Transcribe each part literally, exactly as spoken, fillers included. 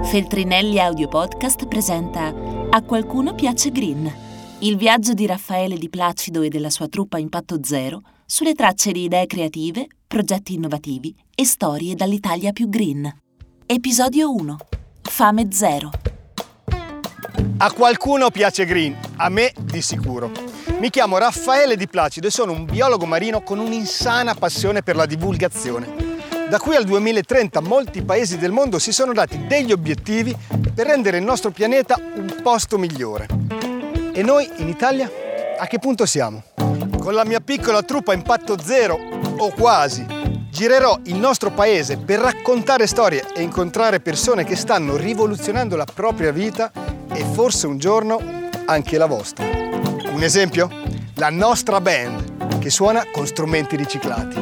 Feltrinelli Audio Podcast presenta A qualcuno piace Green, il viaggio di Raffaele Di Placido e della sua truppa Impatto Zero sulle tracce di idee creative, progetti innovativi e storie dall'Italia più green. Episodio uno. Fame zero. A qualcuno piace Green, a me di sicuro. Mi chiamo Raffaele Di Placido e sono un biologo marino con un'insana passione per la divulgazione. Da qui al duemilatrenta molti paesi del mondo si sono dati degli obiettivi per rendere il nostro pianeta un posto migliore. E noi in Italia a che punto siamo? Con la mia piccola truppa Impatto Zero, o quasi, girerò il nostro paese per raccontare storie e incontrare persone che stanno rivoluzionando la propria vita e forse un giorno anche la vostra. Un esempio? La nostra band, che suona con strumenti riciclati.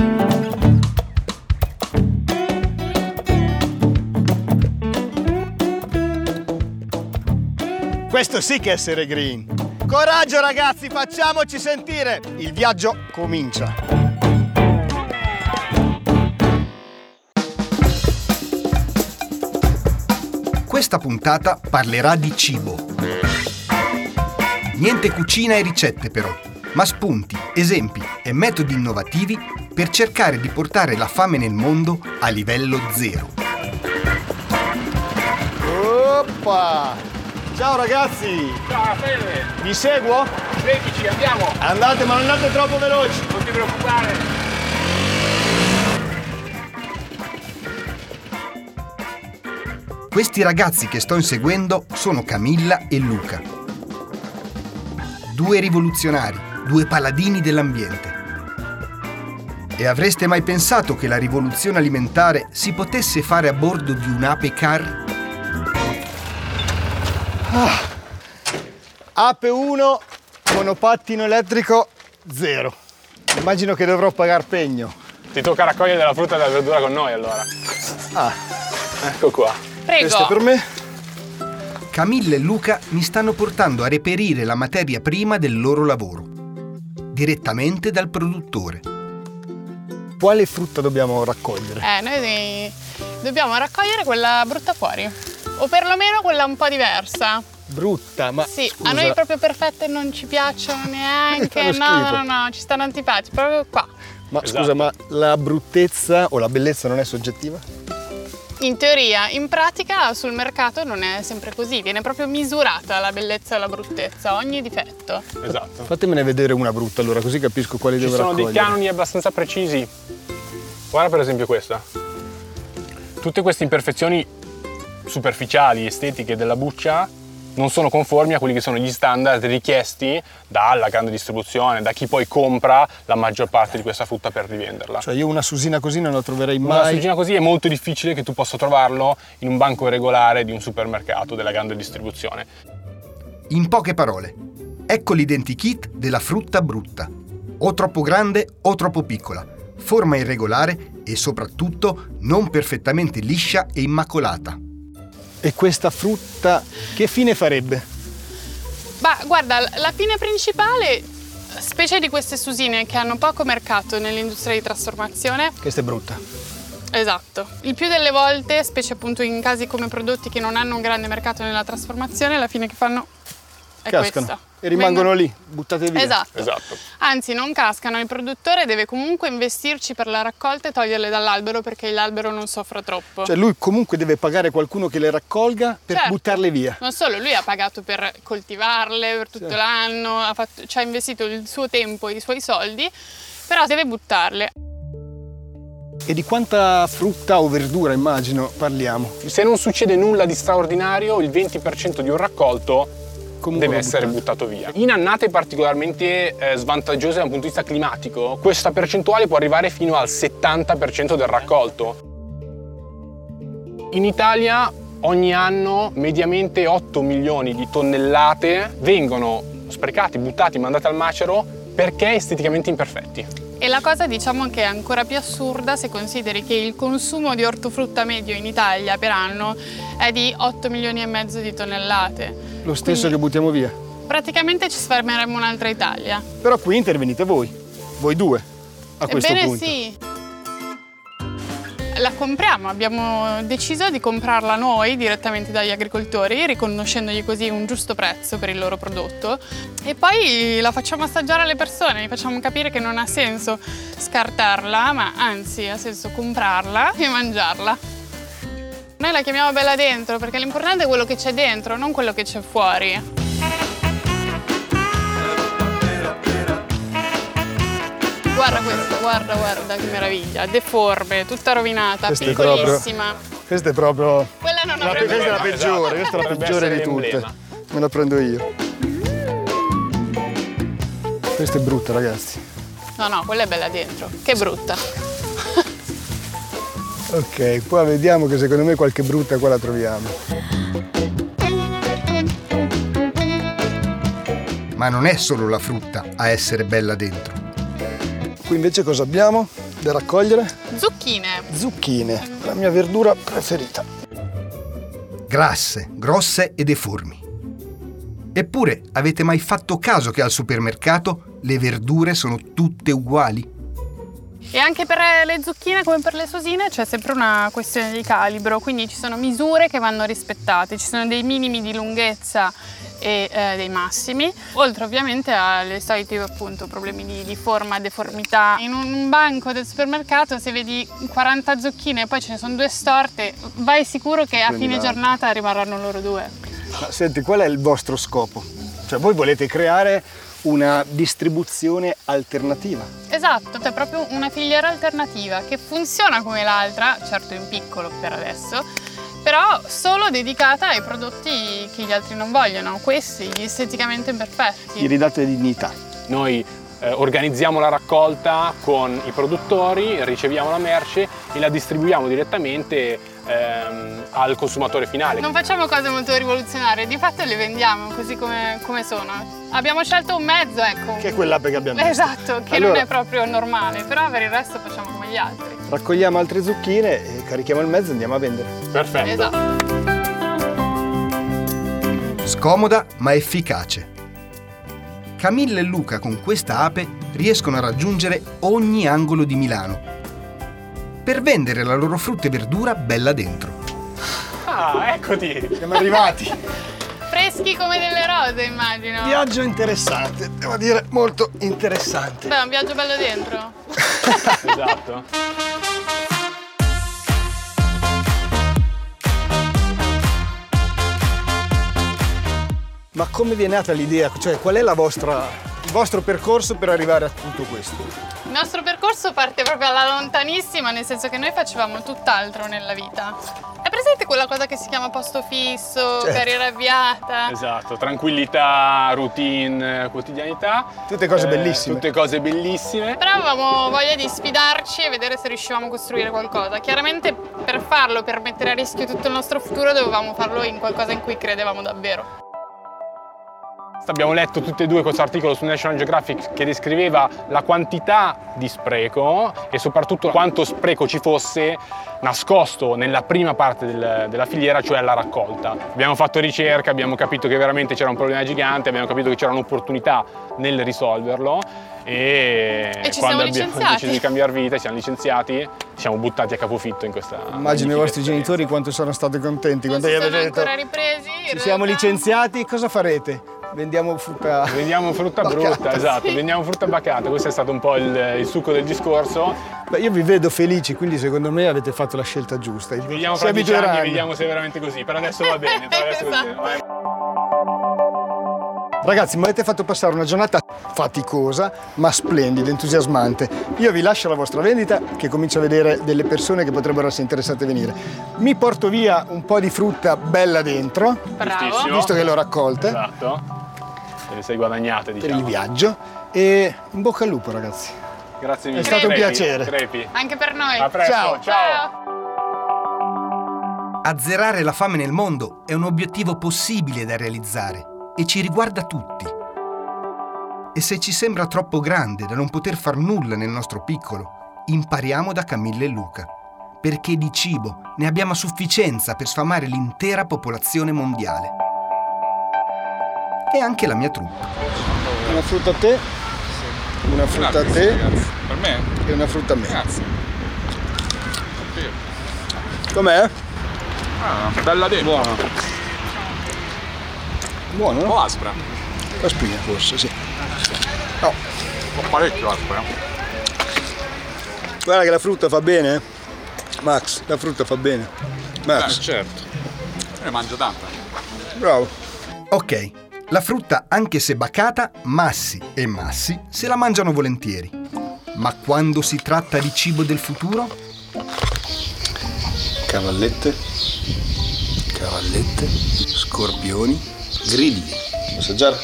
Questo sì che è essere green. Coraggio ragazzi, facciamoci sentire! Il viaggio comincia. Questa puntata parlerà di cibo. Niente cucina e ricette però, ma spunti, esempi e metodi innovativi per cercare di portare la fame nel mondo a livello zero. Oppa! Ciao ragazzi! Ciao Raffaele! Vi seguo? Seguici, andiamo! Andate, ma non andate troppo veloci! Non ti preoccupare! Questi ragazzi che sto inseguendo sono Camilla e Luca. Due rivoluzionari, due paladini dell'ambiente. E avreste mai pensato che la rivoluzione alimentare si potesse fare a bordo di un'ape car? Ah. Ape uno, monopattino elettrico zero. Immagino che dovrò pagar pegno. Ti tocca raccogliere della frutta e della verdura con noi allora. Ah, ecco qua. Prego. Questo è per me? Camilla e Luca mi stanno portando a reperire la materia prima del loro lavoro, direttamente dal produttore. Quale frutta dobbiamo raccogliere? Eh, noi dobbiamo raccogliere quella brutta fuori. O perlomeno quella un po' diversa. Brutta, ma Sì, scusa. a noi proprio perfette non ci piacciono neanche. Mi No, fanno no, schifo. no, no, ci stanno antipatici, proprio qua. Ma Esatto. scusa, ma la bruttezza o la bellezza non è soggettiva? In teoria, in pratica sul mercato non è sempre così, viene proprio misurata la bellezza e la bruttezza, ogni difetto. Esatto. Fatemene vedere una brutta allora, così capisco quali Ci devo sono raccogliere. dei canoni abbastanza precisi. Guarda per esempio questa. Tutte queste imperfezioni superficiali, estetiche della buccia non sono conformi a quelli che sono gli standard richiesti dalla grande distribuzione, da chi poi compra la maggior parte di questa frutta per rivenderla. Cioè io una susina così non la troverei Una mai. susina così è molto difficile che tu possa trovarlo in un banco regolare di un supermercato della grande distribuzione. In poche parole, ecco l'identikit della frutta brutta. O troppo grande o troppo piccola, forma irregolare e soprattutto non perfettamente liscia e immacolata. E questa frutta che fine farebbe? Ma guarda, la fine principale, specie di queste susine che hanno poco mercato nell'industria di trasformazione. Questa è brutta. Esatto. Il più delle volte, specie appunto in casi come prodotti che non hanno un grande mercato nella trasformazione, la fine che fanno è Cascano questa. e rimangono Vengono- lì, buttate via. Esatto. Esatto. Anzi, non cascano, il produttore deve comunque investirci per la raccolta e toglierle dall'albero perché l'albero non soffra troppo. Cioè lui comunque deve pagare qualcuno che le raccolga per Certo. buttarle via. Non solo, lui ha pagato per coltivarle per tutto Sì. l'anno, ha fatto- ci ha investito il suo tempo e i suoi soldi, però deve buttarle. E di quanta frutta o verdura, immagino, parliamo? Se non succede nulla di straordinario, il venti per cento di un raccolto Comunque deve va essere buttato. buttato via. In annate particolarmente eh, svantaggiose dal punto di vista climatico, questa percentuale può arrivare fino al settanta per cento del raccolto. In Italia ogni anno mediamente otto milioni di tonnellate vengono sprecati, buttati, mandati al macero perché esteticamente imperfetti. E la cosa diciamo che è ancora più assurda se consideri che il consumo di ortofrutta medio in Italia per anno è di otto milioni e mezzo di tonnellate. Lo stesso Quindi- che buttiamo via. Praticamente ci sfermeremmo un'altra Italia. Però qui intervenite voi, voi due, a questo Ebbene punto. sì. la compriamo, abbiamo deciso di comprarla noi direttamente dagli agricoltori, riconoscendogli così un giusto prezzo per il loro prodotto, e poi la facciamo assaggiare alle persone, gli facciamo capire che non ha senso scartarla, ma anzi ha senso comprarla e mangiarla. Noi la chiamiamo bella dentro perché l'importante è quello che c'è dentro, non quello che c'è fuori. Guarda questa, guarda, guarda che meraviglia, deforme, tutta rovinata, Questa piccolissima. È proprio, questa è proprio... Quella non la, avrebbe... questa è la peggiore, questa è la Dovrebbe peggiore di essere tutte. emblema. Me la prendo io. Questa è brutta, ragazzi. No, no, quella è bella dentro, che brutta. Ok, poi vediamo che secondo me qualche brutta qua la troviamo. Ma non è solo la frutta a essere bella dentro. Qui invece cosa abbiamo da raccogliere? Zucchine. Zucchine, la mia verdura preferita. Grasse, grosse e deformi. Eppure, avete mai fatto caso che al supermercato le verdure sono tutte uguali? E anche per le zucchine come per le sosine c'è sempre una questione di calibro, quindi ci sono misure che vanno rispettate, ci sono dei minimi di lunghezza e eh, dei massimi, oltre ovviamente alle soliti appunto problemi di, di forma, deformità. In un banco del supermercato se vedi quaranta zucchine e poi ce ne sono due storte, vai sicuro che a Prendi fine l'altro. giornata rimarranno loro due. Ma senti, qual è il vostro scopo? Cioè voi volete creare una distribuzione alternativa. Esatto, è proprio una filiera alternativa che funziona come l'altra, certo in piccolo per adesso, però solo dedicata ai prodotti che gli altri non vogliono, questi, gli esteticamente imperfetti. Gli ridate dignità. Noi eh, organizziamo la raccolta con i produttori, riceviamo la merce e la distribuiamo direttamente ehm, al consumatore finale. Non facciamo cose molto rivoluzionarie, di fatto le vendiamo così come, come sono. Abbiamo scelto un mezzo, ecco. Che è quell'ape che abbiamo visto. Esatto, che Allora, non è proprio normale, però per il resto facciamo come gli altri. raccogliamo altre zucchine e carichiamo il mezzo e andiamo a vendere. Perfetto. Esatto. Scomoda ma efficace. Camilla e Luca con questa ape riescono a raggiungere ogni angolo di Milano per vendere la loro frutta e verdura bella dentro. Ah, eccoti. Siamo arrivati. Freschi come delle rose, immagino. Viaggio interessante, devo dire molto interessante. Beh, un viaggio bello dentro. Esatto. Ma come vi è nata l'idea? Cioè, qual è la vostra, il vostro percorso per arrivare a tutto questo? Il nostro percorso parte proprio alla lontanissima, nel senso che noi facevamo tutt'altro nella vita. È presente quella cosa che si chiama posto fisso, Certo. carriera avviata? Esatto, tranquillità, routine, quotidianità. Tutte cose Eh, bellissime. Tutte cose bellissime. Però avevamo voglia di sfidarci e vedere se riuscivamo a costruire qualcosa. Chiaramente per farlo, per mettere a rischio tutto il nostro futuro, dovevamo farlo in qualcosa in cui credevamo davvero. Abbiamo letto tutti e due questo articolo su National Geographic che descriveva la quantità di spreco e soprattutto quanto spreco ci fosse nascosto nella prima parte del, della filiera, cioè alla raccolta. Abbiamo fatto ricerca, abbiamo capito che veramente c'era un problema gigante, abbiamo capito che c'era un'opportunità nel risolverlo e, E ci quando siamo abbiamo licenziati. deciso di cambiare vita, ci siamo licenziati, ci siamo buttati a capofitto in questa Immagino i magnifica vostri esperienza. genitori quanto sono stati contenti Non quando si gli sono avete detto ancora ripresi. in ci siamo realtà. licenziati, cosa farete? Vendiamo frutta. Vendiamo frutta Baccata. brutta, esatto, Sì. vendiamo frutta baccata, questo è stato un po' il, il succo del discorso. Beh, io vi vedo felici, quindi secondo me avete fatto la scelta giusta. Vediamo Si fra dieci anni, abitueranno. vediamo se è veramente così. Per adesso va bene, per adesso va bene. Vai. Ragazzi, mi avete fatto passare una giornata faticosa, ma splendida, entusiasmante. Io vi lascio la vostra vendita, che comincio a vedere delle persone che potrebbero essere interessate a venire. Mi porto via un po' di frutta bella dentro, Bravo. Giustissimo. visto che l'ho raccolta, Esatto. Te le sei guadagnate, per diciamo. il viaggio. E in bocca al lupo, ragazzi. Grazie mille. È stato un Crepi, piacere. Crepi. Anche per noi. A presto, Ciao. ciao. Azzerare la fame nel mondo è un obiettivo possibile da realizzare e ci riguarda tutti. E se ci sembra troppo grande da non poter far nulla nel nostro piccolo, impariamo da Camilla e Luca, perché di cibo ne abbiamo a sufficienza per sfamare l'intera popolazione mondiale. E anche la mia truppa. Una frutta a te, una frutta a te Per me? e una frutta a me. Grazie. Davvero. Com'è? Ah, bella dentro. Buono. Buono, Un no? po' aspra. Aspina forse, sì. No. Un po' parecchio aspra. Guarda che la frutta fa bene, eh? Max, la frutta fa bene. Max, Eh, certo. Io ne mangio tanta. bravo. Ok, la frutta, anche se bacata, Massi e Massi se la mangiano volentieri. Ma quando si tratta di cibo del futuro? Cavallette, cavallette, scorpioni, grilli. Assaggiare?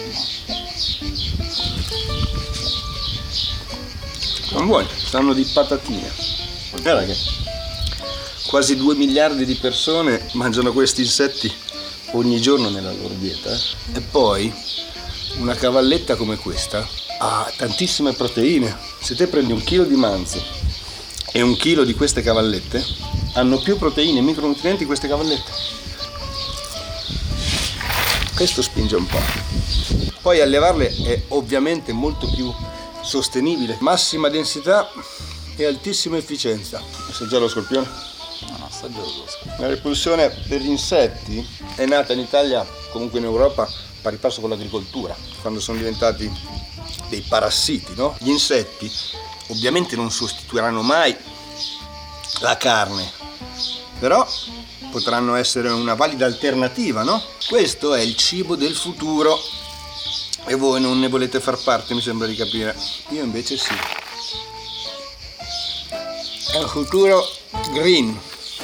Sono buoni, stanno di patatine. Guarda che quasi due miliardi di persone mangiano questi insetti ogni giorno nella loro dieta. eh. E poi una cavalletta come questa ha tantissime proteine. Se te prendi un chilo di manzo e un chilo di queste cavallette, hanno più proteine e micronutrienti queste cavallette. Questo spinge un po'. Poi allevarle è ovviamente molto più sostenibile, massima densità e altissima efficienza. Assaggiare lo scorpione? No, no, assaggialo lo La repulsione per gli insetti è nata in Italia, comunque in Europa, pari passo con l'agricoltura, quando sono diventati dei parassiti, no? Gli insetti ovviamente non sostituiranno mai la carne, però potranno essere una valida alternativa, no? Questo è il cibo del futuro e voi non ne volete far parte, mi sembra di capire. Io invece sì. È un futuro green,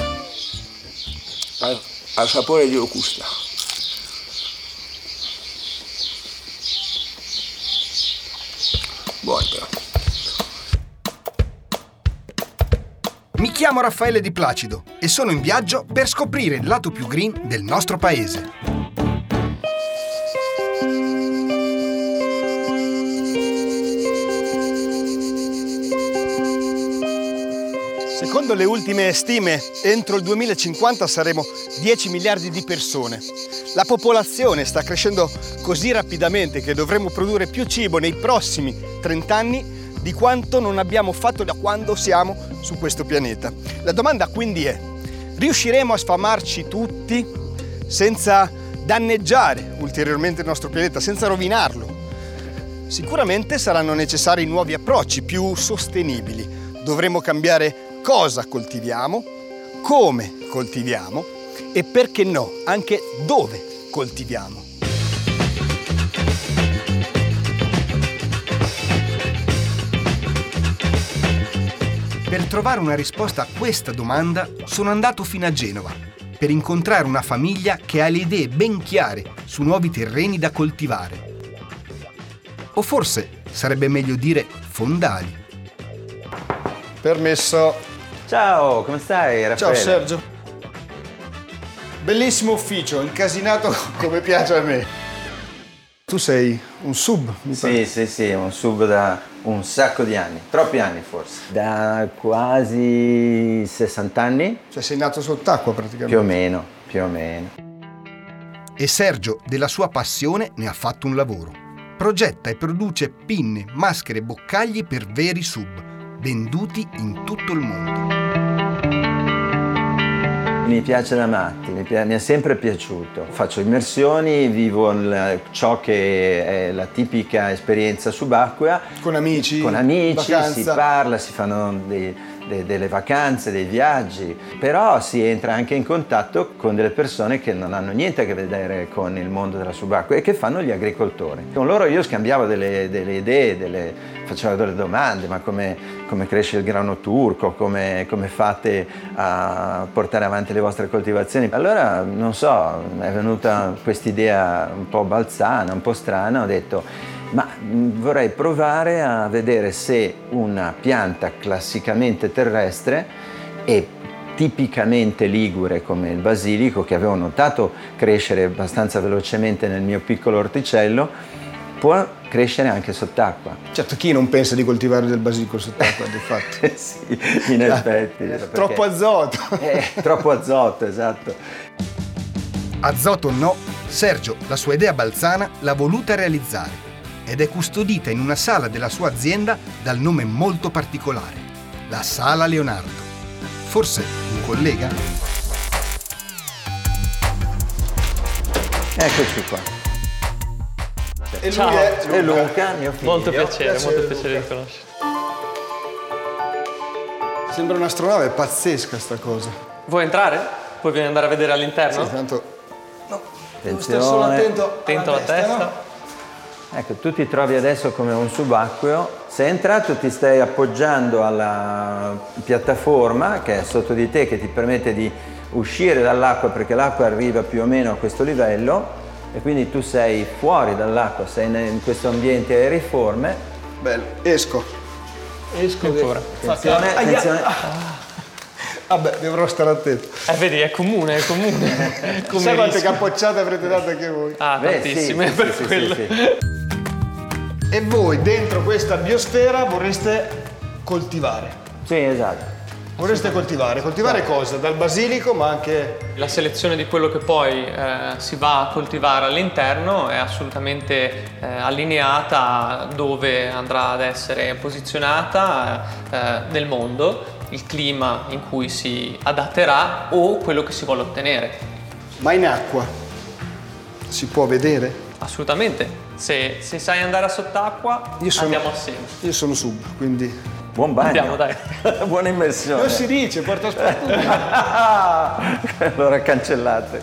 al, al sapore di locusta. Buono però. Mi chiamo Raffaele Di Placido e sono in viaggio per scoprire il lato più green del nostro paese. Secondo le ultime stime, entro il duemilacinquanta saremo dieci miliardi di persone. La popolazione sta crescendo così rapidamente che dovremo produrre più cibo nei prossimi trenta anni di quanto non abbiamo fatto da quando siamo su questo pianeta. La domanda quindi è: riusciremo a sfamarci tutti senza danneggiare ulteriormente il nostro pianeta, senza rovinarlo? Sicuramente saranno necessari nuovi approcci più sostenibili. Dovremo cambiare cosa coltiviamo, come coltiviamo e, perché no, anche dove coltiviamo. Per trovare una risposta a questa domanda sono andato fino a Genova per incontrare una famiglia che ha le idee ben chiare su nuovi terreni da coltivare. O forse sarebbe meglio dire fondali. Permesso. Ciao, come stai, Raffaele? Ciao Sergio. Bellissimo ufficio, incasinato come piace a me. Tu sei un sub, mi pare. Sì, sì, sì, un sub da un sacco di anni, troppi anni forse. Da quasi sessanta anni? Cioè sei nato sott'acqua praticamente. Più o meno, più o meno. E Sergio della sua passione ne ha fatto un lavoro. Progetta e produce pinne, maschere e boccagli per veri sub, venduti in tutto il mondo. Mi piace da matti, mi, pi- mi è sempre piaciuto. Faccio immersioni, vivo il- ciò che è la tipica esperienza subacquea. Con amici, Con amici, vacanza. si parla, si fanno dei, de- delle vacanze, dei viaggi, però si entra anche in contatto con delle persone che non hanno niente a che vedere con il mondo della subacquea e che fanno gli agricoltori. Con loro io scambiavo delle, delle idee, delle, facevo delle domande, ma come, come cresce il grano turco, come, come fate a portare avanti le vostre coltivazioni? Allora, non so, è venuta quest'idea un po' balzana, un po' strana, ho detto ma vorrei provare a vedere se una pianta classicamente terrestre e tipicamente ligure come il basilico, che avevo notato crescere abbastanza velocemente nel mio piccolo orticello, può crescere anche sott'acqua. Certo, chi non pensa di coltivare del basilico sott'acqua, di fatto. Sì, in effetti. perché- Troppo azoto. Eh, troppo azoto, esatto. Azoto no, Sergio la sua idea balzana l'ha voluta realizzare ed è custodita in una sala della sua azienda dal nome molto particolare, la Sala Leonardo. Forse un collega? Eccoci qua. E Ciao. lui è E Luca, mio figlio. Molto piacere, Piacere, molto piacere Luca. di conoscere. Sembra un'astronave, è pazzesca sta cosa. Vuoi entrare? Puoi venire andare a vedere all'interno? Sì, tanto... No, devo Attenzione. stare solo attento, Attento alla testa. no? Ecco, tu ti trovi adesso come un subacqueo. Sei entrato, ti stai appoggiando alla piattaforma che è sotto di te, che ti permette di uscire dall'acqua, perché l'acqua arriva più o meno a questo livello e quindi tu sei fuori dall'acqua, sei in questo ambiente aeriforme. Bello, esco. Esco Ancora. che... Attenzione, Aia. attenzione. Vabbè, dovrò stare attento. Eh, vedi, è comune, è comune. Come Sai quante rischio. capocciate avrete dato anche voi? Ah, Beh, tantissime sì, per sì, sì, quello. sì, sì. E voi dentro questa biosfera vorreste coltivare. Sì, esatto. Vorreste coltivare. Coltivare cosa? Dal basilico, ma anche... La selezione di quello che poi eh, si va a coltivare all'interno è assolutamente eh, allineata dove andrà ad essere posizionata eh, nel mondo, il clima in cui si adatterà o quello che si vuole ottenere. Ma in acqua si può vedere? Assolutamente, se, se sai andare a sott'acqua Io sono- andiamo assieme. Io sono sub, quindi... Buon bagno. Andiamo, dai. Buona immersione. Non si dice, porta sfortuna. Allora cancellate.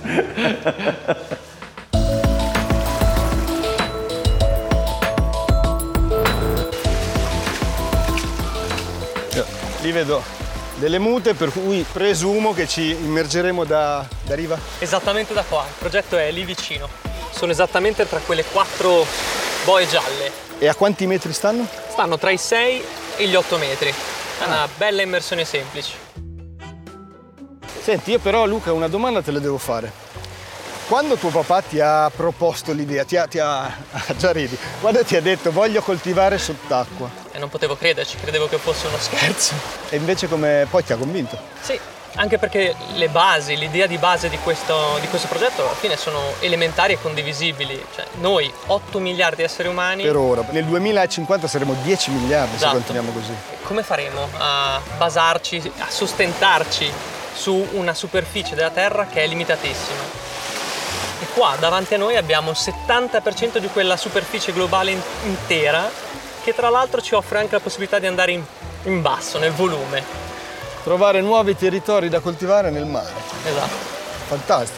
Lì vedo delle mute, per cui presumo che ci immergeremo da, da riva. Esattamente da qua, il progetto è lì vicino. Sono esattamente tra quelle quattro boe gialle. E a quanti metri stanno? Stanno tra i sei e gli otto metri. È una bella immersione semplice. Senti, io però Luca una domanda te la devo fare. Quando tuo papà ti ha proposto l'idea, ti ha, ti ha già ridi, quando ti ha detto voglio coltivare sott'acqua, E non potevo crederci, credevo che fosse uno scherzo. e invece come poi ti ha convinto? Sì, anche perché le basi, l'idea di base di questo, di questo progetto alla fine sono elementari e condivisibili. Cioè, noi, otto miliardi di esseri umani, Per ora. Nel duemilacinquanta saremo dieci miliardi Esatto. se continuiamo così. come faremo a basarci, a sostentarci su una superficie della Terra che è limitatissima? E qua davanti a noi abbiamo il settanta per cento di quella superficie globale in- intera, che tra l'altro ci offre anche la possibilità di andare in, in basso, nel volume. Trovare nuovi territori da coltivare nel mare. Esatto. Fantastico.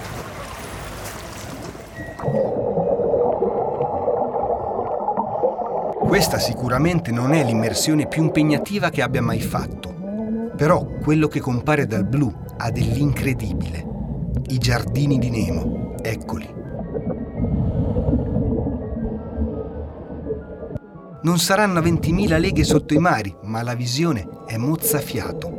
Questa sicuramente non è l'immersione più impegnativa che abbia mai fatto, però quello che compare dal blu ha dell'incredibile. I giardini di Nemo, eccoli. Non saranno a ventimila leghe sotto i mari, ma la visione è mozzafiato.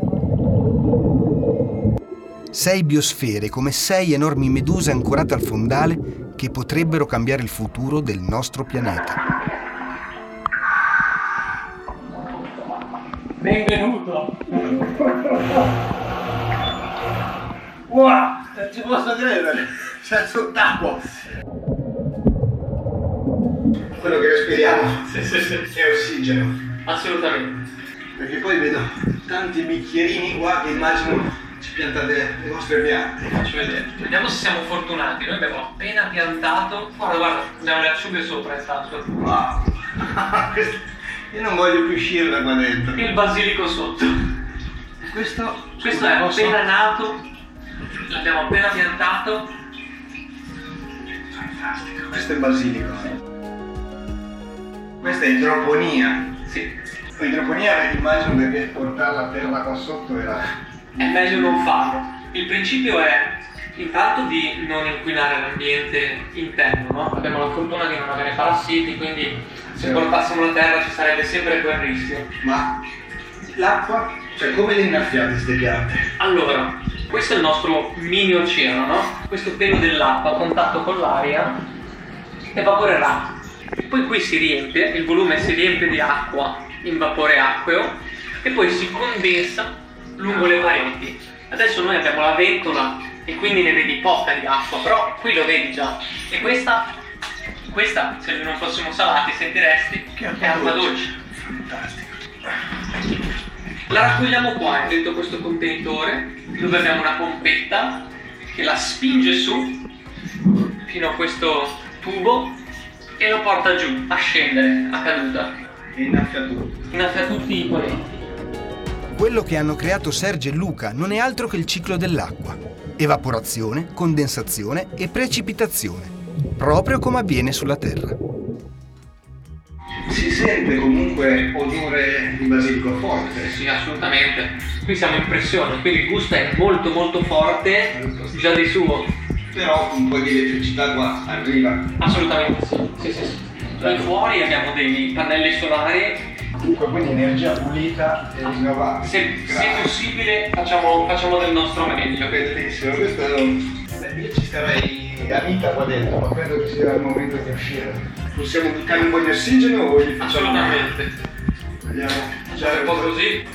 Sei biosfere come sei enormi meduse ancorate al fondale che potrebbero cambiare il futuro del nostro pianeta. Benvenuto! Wow, non ci posso credere, sei sott'acqua. Quello che respiriamo Sì, sì, sì. è ossigeno, Assolutamente. perché poi vedo tanti bicchierini qua che immagino ci piantate le vostre piante. Faccio vedere. Vediamo se siamo fortunati. Noi abbiamo appena piantato. Guarda, guarda, abbiamo le acciughe sopra in stanza. Wow, io non voglio più uscire da qua dentro. Il basilico sotto. Questo, Questo è posso- appena nato. L'abbiamo appena piantato. Fantastico, questo è basilico. Questa è idroponia. Sì. Idroponia immagino perché portare la terra qua sotto era... È meglio non farlo. Il principio è intanto di non inquinare l'ambiente interno, no? Abbiamo la fortuna di non avere parassiti, quindi se portassimo la terra ci sarebbe sempre quel rischio. Ma l'acqua? Cioè come le innaffiate queste piante? Allora, questo è il nostro mini oceano, no? Questo pelo dell'acqua a contatto con l'aria evaporerà. Poi qui si riempie, il volume si riempie di acqua in vapore acqueo e poi si condensa lungo le pareti. Adesso noi abbiamo la ventola e quindi ne vedi poca di acqua, però qui lo vedi già. E questa, questa se non fossimo salati sentiresti che è acqua dolce. Fantastico. La raccogliamo qua dentro questo contenitore, dove abbiamo una pompetta che la spinge su fino a questo tubo e lo porta giù, a scendere, a caduta. E innaffia tutti. Innaffia tutti i ponenti. Quello che hanno creato Sergio e Luca non è altro che il ciclo dell'acqua. Evaporazione, condensazione e precipitazione, proprio come avviene sulla Terra. Si sente comunque odore di basilico forte. Sì, assolutamente. Qui siamo in pressione, quindi il gusto è molto molto forte già di suo. Però un po' di elettricità qua arriva. Assolutamente sì. Sì, sì, sì. Qui fuori abbiamo dei pannelli solari. Comunque quindi energia pulita e rinnovabile. Se, se possibile facciamo, facciamo del nostro meglio. Bellissimo, questo è un... Beh, io ci starei a vita qua dentro, ma credo che sia il momento di uscire. Possiamo buttare un po' di ossigeno o gli facciamo? Assolutamente. Vediamo. Cioè, un po' così.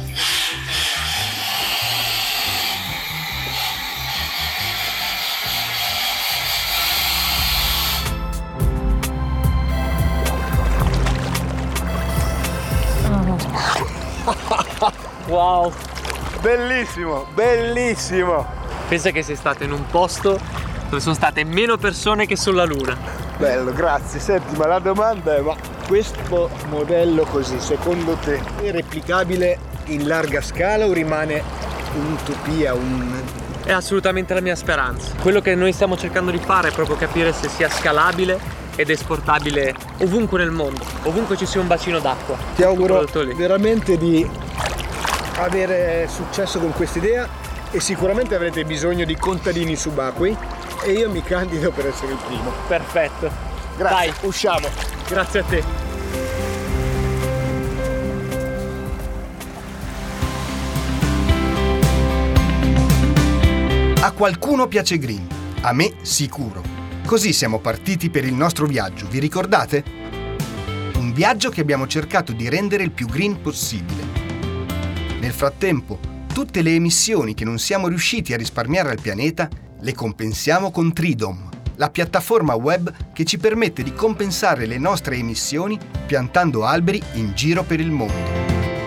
Wow, Bellissimo, bellissimo. pensa che sei stato in un posto dove sono state meno persone che sulla Luna. Bello, grazie. Senti, ma la domanda è, ma questo modello così, secondo te, è replicabile in larga scala o rimane un'utopia, un... È assolutamente la mia speranza. Quello che noi stiamo cercando di fare è proprio capire se sia scalabile ed esportabile ovunque nel mondo, ovunque ci sia un bacino d'acqua. Ti auguro Prodotto lì. veramente di avere successo con quest'idea e sicuramente avrete bisogno di contadini subacquei e io mi candido per essere il primo. Perfetto. Grazie, Dai, usciamo. grazie a te. A qualcuno piace green, a me sicuro. Così siamo partiti per il nostro viaggio, vi ricordate? Un viaggio che abbiamo cercato di rendere il più green possibile. Nel frattempo, tutte le emissioni che non siamo riusciti a risparmiare al pianeta le compensiamo con Tridom, la piattaforma web che ci permette di compensare le nostre emissioni piantando alberi in giro per il mondo.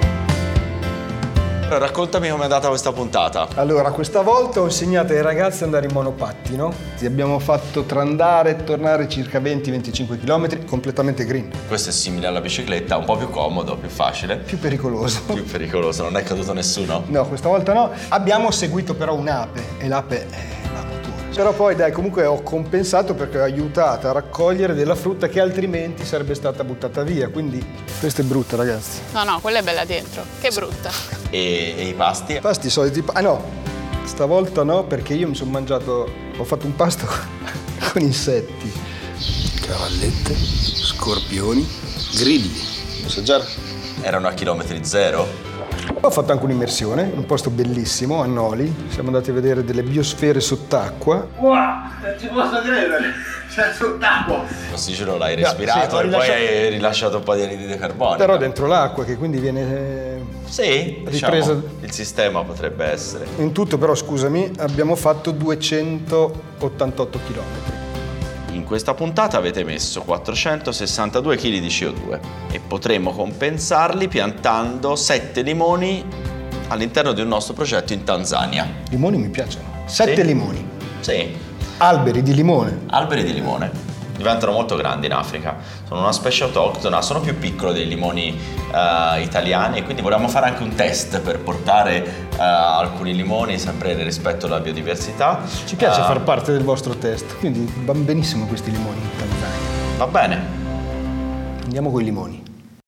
Allora, raccontami com'è andata questa puntata. Allora, questa volta ho insegnato ai ragazzi ad andare in monopattino. Abbiamo fatto tra andare e tornare circa venti venticinque chilometri, completamente green. Questo è simile alla bicicletta, un po' più comodo, più facile. Più pericoloso. Più pericoloso, non è caduto nessuno? No, questa volta no. Abbiamo seguito però un'ape e l'ape è a motore. Però poi dai, comunque ho compensato perché ho aiutato a raccogliere della frutta che altrimenti sarebbe stata buttata via. Quindi questa è brutta, ragazzi. No, no, quella è bella dentro. Che brutta. E, e i pasti? Pasti soliti. Ah no, stavolta no, perché io mi sono mangiato. Ho fatto un pasto con insetti. Cavallette, scorpioni, grilli. Assaggiare? Erano a chilometri zero? Ho fatto anche un'immersione in un posto bellissimo a Noli. Siamo andati a vedere delle biosfere sott'acqua. Wow, non ci posso credere, c'è sott'acqua. L'ossigeno l'hai No, respirato sì, ho e rilasciato- poi hai rilasciato un po' di anidride carbonica. Però dentro l'acqua, che quindi viene eh, Sì, ripresa. diciamo, il sistema potrebbe essere. In tutto però, scusami, abbiamo fatto duecentottantotto chilometri. In questa puntata avete messo quattrocentosessantadue chili di C O due e potremo compensarli piantando sette limoni all'interno di un nostro progetto in Tanzania. Limoni mi piacciono. Sette Sì? limoni. Sì, Alberi di limone. alberi di limone. Diventano molto grandi in Africa, sono una specie autoctona, sono più piccoli dei limoni uh, italiani e quindi volevamo fare anche un test per portare uh, alcuni limoni sempre nel rispetto alla biodiversità. Ci piace Uh, far parte del vostro test, quindi vanno benissimo questi limoni in Tanzania. Va bene. Andiamo con i limoni.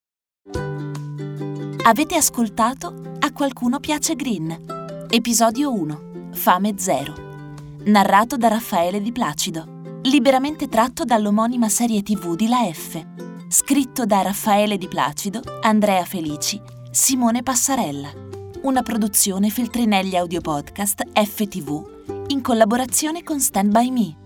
Avete ascoltato A qualcuno piace green, episodio uno, Fame zero, narrato da Raffaele Di Placido, liberamente tratto dall'omonima serie tivù di La F, scritto da Raffaele Di Placido, Andrea Felici, Simone Passarella, una produzione Feltrinelli Audio Podcast F T V in collaborazione con Stand By Me.